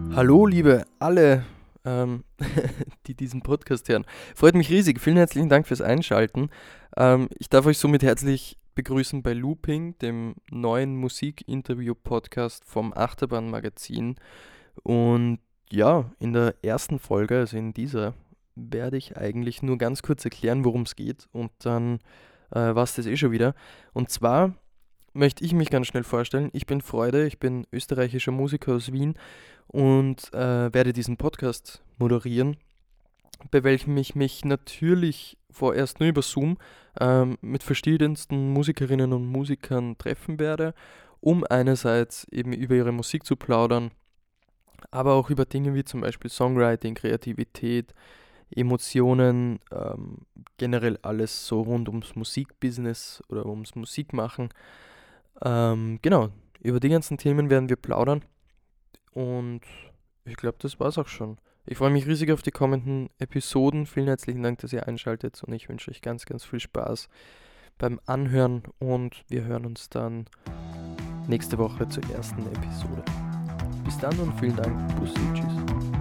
Hallo, liebe alle, die diesen Podcast hören. Freut mich riesig. Vielen herzlichen Dank fürs Einschalten. Ich darf euch somit herzlich begrüßen bei Looping, dem neuen Musikinterview-Podcast vom Achterbahn-Magazin. Und ja, in der ersten Folge, also in dieser, werde ich eigentlich nur ganz kurz erklären, worum es geht. Und dann war es das eh schon wieder. Und zwar möchte ich mich ganz schnell vorstellen. Ich bin Freude, ich bin österreichischer Musiker aus Wien und werde diesen Podcast moderieren, bei welchem ich mich natürlich vorerst nur über Zoom mit verschiedensten Musikerinnen und Musikern treffen werde, um einerseits eben über ihre Musik zu plaudern, aber auch über Dinge wie zum Beispiel Songwriting, Kreativität, Emotionen, generell alles so rund ums Musikbusiness oder ums Musikmachen. Genau, über die ganzen Themen werden wir plaudern. Und ich glaube, das war's auch schon. Ich freue mich riesig auf die kommenden Episoden. Vielen herzlichen Dank, dass ihr einschaltet und ich wünsche euch ganz, ganz viel Spaß beim Anhören und wir hören uns dann nächste Woche zur ersten Episode. Bis dann und vielen Dank. Bussi, tschüss.